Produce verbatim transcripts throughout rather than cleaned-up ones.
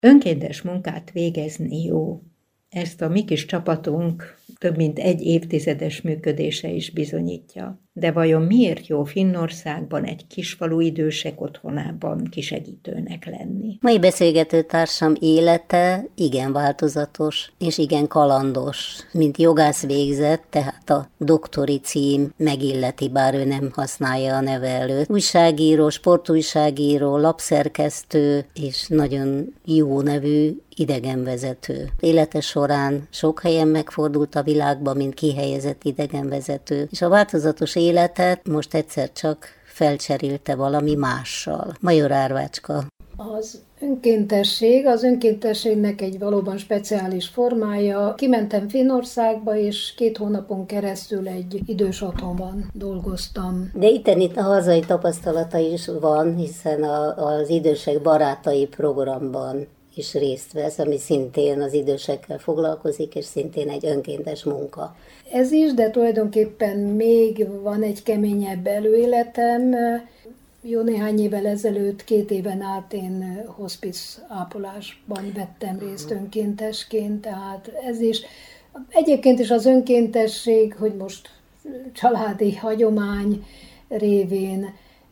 Önkéntes munkát végezni jó. Ezt a mi kis csapatunk több mint egy évtizedes működése is bizonyítja. De vajon miért jó Finnországban, egy kisfalu idősek otthonában kisegítőnek lenni? Mai beszélgető társam élete igen változatos és igen kalandos. Mint jogász végzett, tehát a doktori cím megilleti, bár ő nem használja a neve előtt. Újságíró, sportújságíró, lapszerkesztő és nagyon jó nevű idegenvezető. Élete során sok helyen megfordult a világban, mint kihelyezett idegenvezető, és a változatos életet most egyszer csak felcserélte valami mással. Major Árvácska. Az önkéntesség, az önkéntességnek egy valóban speciális formája. Kimentem Finnországba, és két hónapon keresztül egy idős otthonban dolgoztam. De itten itt a hazai tapasztalata is van, hiszen a, az idősek barátai programban is részt vesz, ami szintén az idősekkel foglalkozik, és szintén egy önkéntes munka. Ez is, de tulajdonképpen még van egy keményebb előéletem. Jó néhány évvel ezelőtt, két éven át én hospice ápolásban vettem részt önkéntesként, tehát ez is. Egyébként is az önkéntesség, hogy most családi hagyomány révén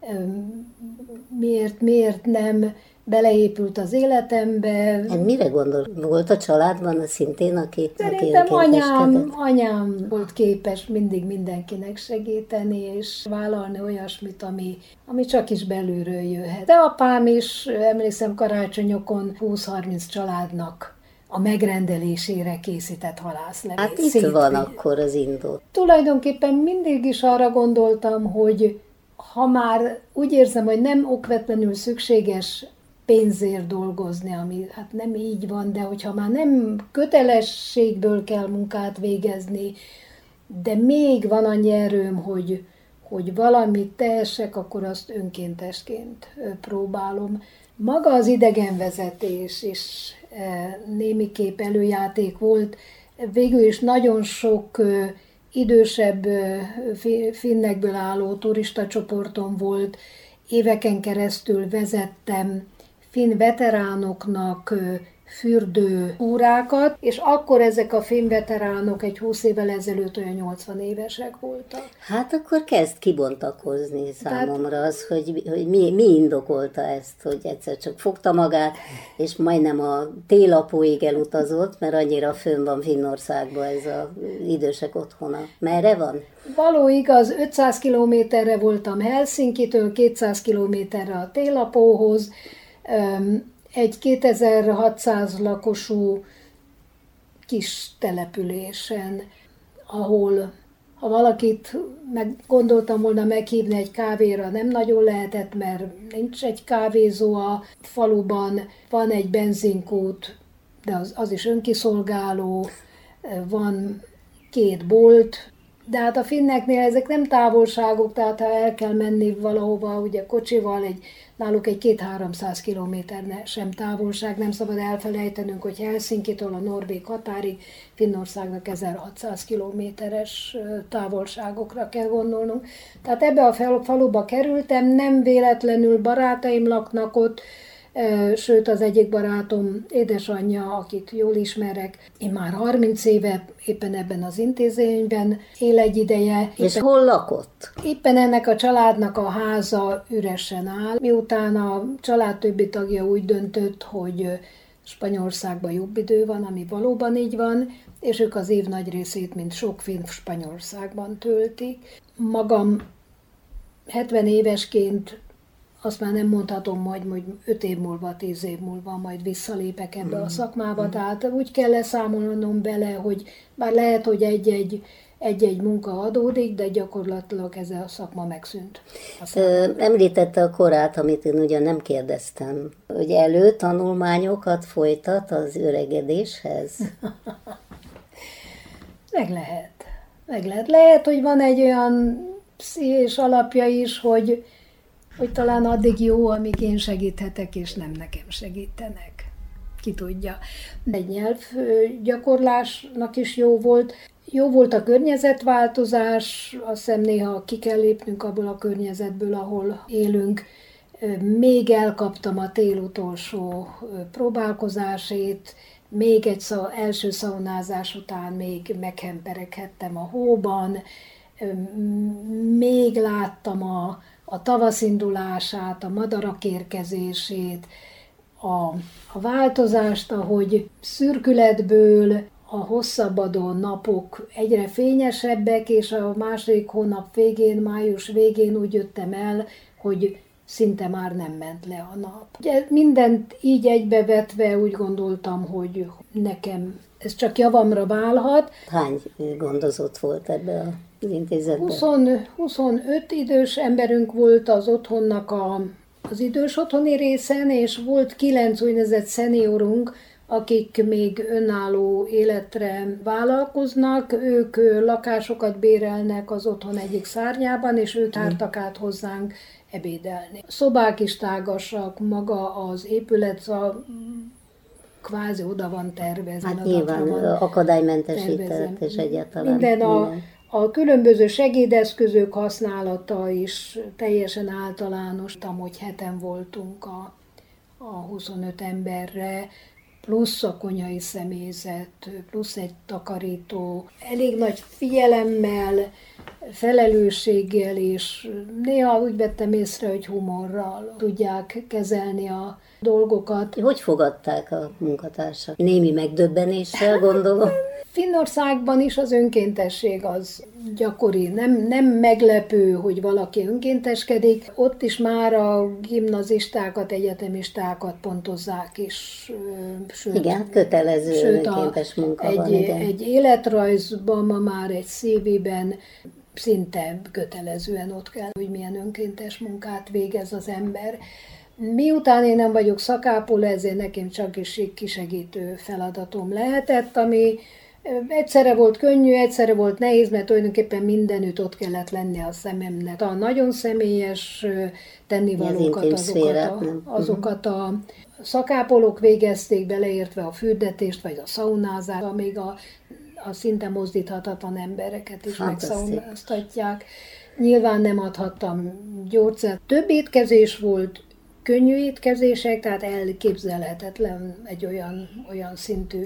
miért, miért nem beleépült az életembe. Mire gondol? Volt a családban szintén, aki Szerintem aki anyám, anyám volt képes mindig mindenkinek segíteni, és vállalni olyasmit, ami, ami csak is belülről jöhet. De apám is, emlékszem, karácsonyokon húsz-harminc családnak a megrendelésére készített halászlevét. Hát itt Szét, van akkor az indult. Tulajdonképpen mindig is arra gondoltam, hogy ha már úgy érzem, hogy nem okvetlenül szükséges pénzért dolgozni, ami hát nem így van, de hogyha már nem kötelességből kell munkát végezni, de még van annyi erőm, hogy, hogy valamit tehessek, akkor azt önkéntesként próbálom. Maga az idegenvezetés is némiképp előjáték volt. Végül is nagyon sok idősebb finnekből álló turista csoportom volt. Éveken keresztül vezettem finn veteránoknak fürdő órákat, és akkor ezek a finn veteránok egy húsz évvel ezelőtt olyan nyolcvan évesek voltak. Hát akkor kezd kibontakozni számomra Tehát, az, hogy, hogy mi, mi indokolta ezt, hogy egyszer csak fogta magát, és majdnem a télapóig elutazott, mert annyira fönn van Finnországban ez az idősek otthona. Merre van? Való igaz, ötszáz kilométerre voltam Helsinkitől, kétszáz kilométerre a télapóhoz, egy kétezer-hatszáz lakosú kis településen, ahol ha valakit meg gondoltam volna meghívni egy kávéra, nem nagyon lehetett, mert nincs egy kávézó a faluban, van egy benzinkút, de az, az is önkiszolgáló, van két bolt, de hát a finneknél ezek nem távolságok, tehát ha el kell menni valahova, ugye kocsival, egy, náluk egy két-háromszáz kilométer sem távolság, nem szabad elfelejtenünk, hogy Helsinkitől a norvég határig Finnországnak ezerhatszáz kilométeres távolságokra kell gondolnunk. Tehát ebbe a faluba kerültem, nem véletlenül barátaim laknak ott, sőt az egyik barátom édesanyja, akit jól ismerek, én már harminc éve éppen ebben az intézményben él egy ideje. És éppen, hol lakott? Éppen ennek a családnak a háza üresen áll. Miután a család többi tagja úgy döntött, hogy Spanyolországban jobb idő van, ami valóban így van, és ők az év nagy részét, mint sok finn Spanyolországban töltik. Magam hetven évesként azt már nem mondhatom, hogy majd öt év múlva, tíz év múlva majd visszalépek ebbe mm. a szakmába, mm. tehát úgy kell leszámolnom bele, hogy bár lehet, hogy egy-egy, egy-egy munka adódik, de gyakorlatilag ez a szakma megszűnt. Ö, említette a korát, amit én ugyan nem kérdeztem, hogy előtanulmányokat folytat az öregedéshez? Meg lehet. Meg lehet. Lehet, hogy van egy olyan pszichés alapja is, hogy hogy talán addig jó, amíg én segíthetek, és nem nekem segítenek. Ki tudja. Egy nyelvgyakorlásnak is jó volt. Jó volt a környezetváltozás, azt hiszem néha ki kell lépnünk abból a környezetből, ahol élünk. még elkaptam a tél utolsó próbálkozásét, még egy szau- első szaunázás után még meghempereghettem a hóban, még láttam a, a tavasz indulását, a madarak érkezését, a, a változást, ahogy szürkületből a hosszabbadó napok egyre fényesebbek, és a második hónap végén, május végén úgy jöttem el, hogy szinte már nem ment le a nap. Ugye mindent így egybevetve úgy gondoltam, hogy nekem ez csak javamra válhat. Hány gondozott volt ebbe az intézetben? húsz, huszonöt idős emberünk volt az otthonnak a, az idős otthoni részen, és volt kilenc úgynevezett szeniorunk, akik még önálló életre vállalkoznak, ők lakásokat bérelnek az otthon egyik szárnyában, és ők jártak át hozzánk ebédelni. A szobák is tágasak, maga az épület a, kvázi oda van tervezve. Hát nyilván akadálymentesített és egyáltalán. Minden a, a különböző segédeszközök használata is teljesen általános. Hogy heten voltunk a, a huszonöt emberre, plusz a konyhai személyzet, plusz egy takarító, elég nagy figyelemmel, felelősséggel, és néha úgy vettem észre, hogy humorral tudják kezelni a dolgokat. Hogy fogadták a munkatársak? Némi megdöbbenéssel, gondolom. Finnországban is az önkéntesség az gyakori, nem, nem meglepő, hogy valaki önkénteskedik. Ott is már a gimnazistákat, egyetemistákat pontozzák is. Sőt, igen, kötelező sőt önkéntes munka egy, van. Igen. Egy életrajzban, ma már egy cé vében szinte kötelezően ott kell, hogy milyen önkéntes munkát végez az ember. Miután én nem vagyok szakápoló, ezért nekem csak is kisegítő feladatom lehetett, ami egyszerre volt könnyű, egyszerre volt nehéz, mert tulajdonképpen mindenütt ott kellett lenni a szememnek. A nagyon személyes tennivalókat, azokat a, azokat a szakápolók végezték, beleértve a fürdetést, vagy a szaunázást, amíg a, a szinte mozdíthatatlan embereket is megszaunáztatják. Nyilván nem adhattam gyógyszert. Több étkezés volt, könnyű étkezések, tehát elképzelhetetlen egy olyan, olyan szintű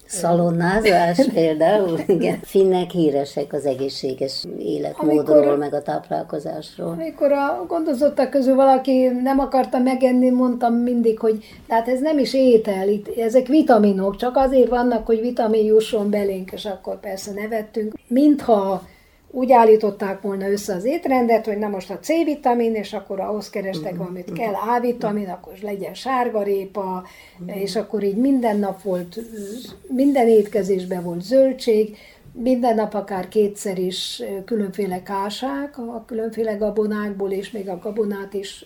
szalonnázás például, igen. Finnek híresek az egészséges életmódról, amikor, meg a táplálkozásról. Amikor a gondozottak közül valaki nem akarta megenni, mondtam mindig, hogy tehát ez nem is étel, itt, ezek vitaminok, csak azért vannak, hogy vitamin jusson belénk, és akkor persze nevettünk. Mintha úgy állították volna össze az étrendet, hogy na most a C-vitamin, és akkor ahhoz kerestek valamit, kell A-vitamin, akkor legyen sárgarépa, és akkor így minden nap volt, minden étkezésben volt zöldség, minden nap akár kétszer is különféle kásák, a különféle gabonákból, és még a gabonát is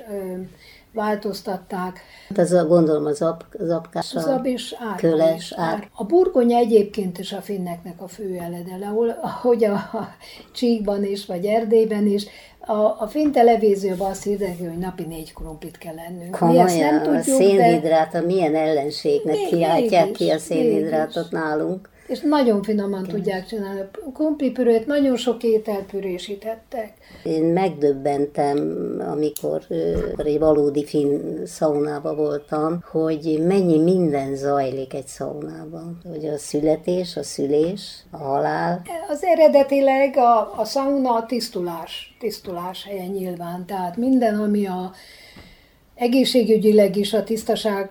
változtatták. Ez a, gondolom az, ap, az apkás, az ab és ár, köles, is, ár. ár. A burgonya egyébként is a finneknek a fő eledele, ahol, ahogy a, a Csíkban is, vagy Erdélyben is, a, a finn televízióban azt hirdették, hogy napi négy krumplit kell ennünk. Komolyan, mi ezt nem tudjuk, a szénhidrát, de... milyen ellenségnek kiáltják ki a szénhidrátot nálunk. És nagyon finoman Keres. tudják csinálni. A krumplipürét nagyon sok ételpürésítettek. Én megdöbbentem, amikor egy valódi finn szaunában voltam, hogy mennyi minden zajlik egy szaunában. Hogy a születés, a szülés, a halál. Az eredetileg a, a szauna a tisztulás, tisztulás helye nyilván. Tehát minden, ami a egészségügyileg is a tisztaság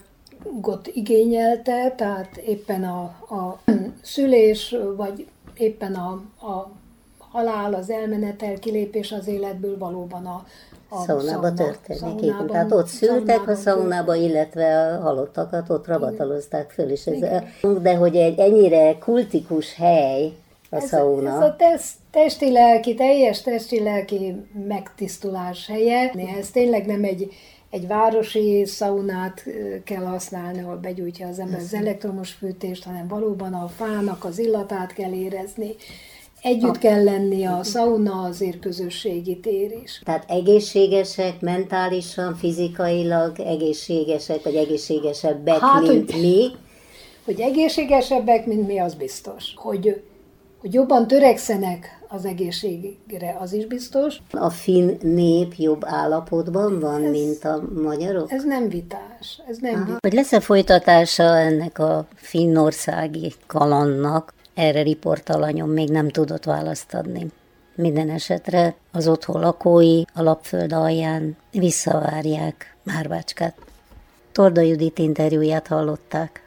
igényelte, tehát éppen a, a szülés, vagy éppen a, a halál, az elmenetel, kilépés az életből valóban a, a szaunába történik. Igen. Tehát ott szültek a szaunába, illetve a halottakat ott ravatalozták föl is. Ez, de hogy egy ennyire kultikus hely a ez, szauna. Ez a test, testi-lelki, teljes testi-lelki megtisztulás helye. Ez tényleg nem egy Egy városi szaunát kell használni, ahol begyújtja az ember az elektromos fűtést, hanem valóban a fának az illatát kell érezni. Együtt kell lenni, a szauna azért közösségi tér is. Tehát egészségesek, mentálisan, fizikailag egészségesek, vagy egészségesebbek, hát, mint hogy, mi? Hogy egészségesebbek, mint mi, az biztos. Hogy, Hogy jobban törekszenek az egészségre, az is biztos. A finn nép jobb állapotban van, ez, mint a magyarok? Ez nem vitás. Ez nem vitás. Hogy lesz-e folytatása ennek a finnországi kalandnak, erre riportalanyom még nem tudott választ adni. Minden esetre az otthon lakói a Lapföld alján visszavárják Márvácskát. Torda Judit interjúját hallották.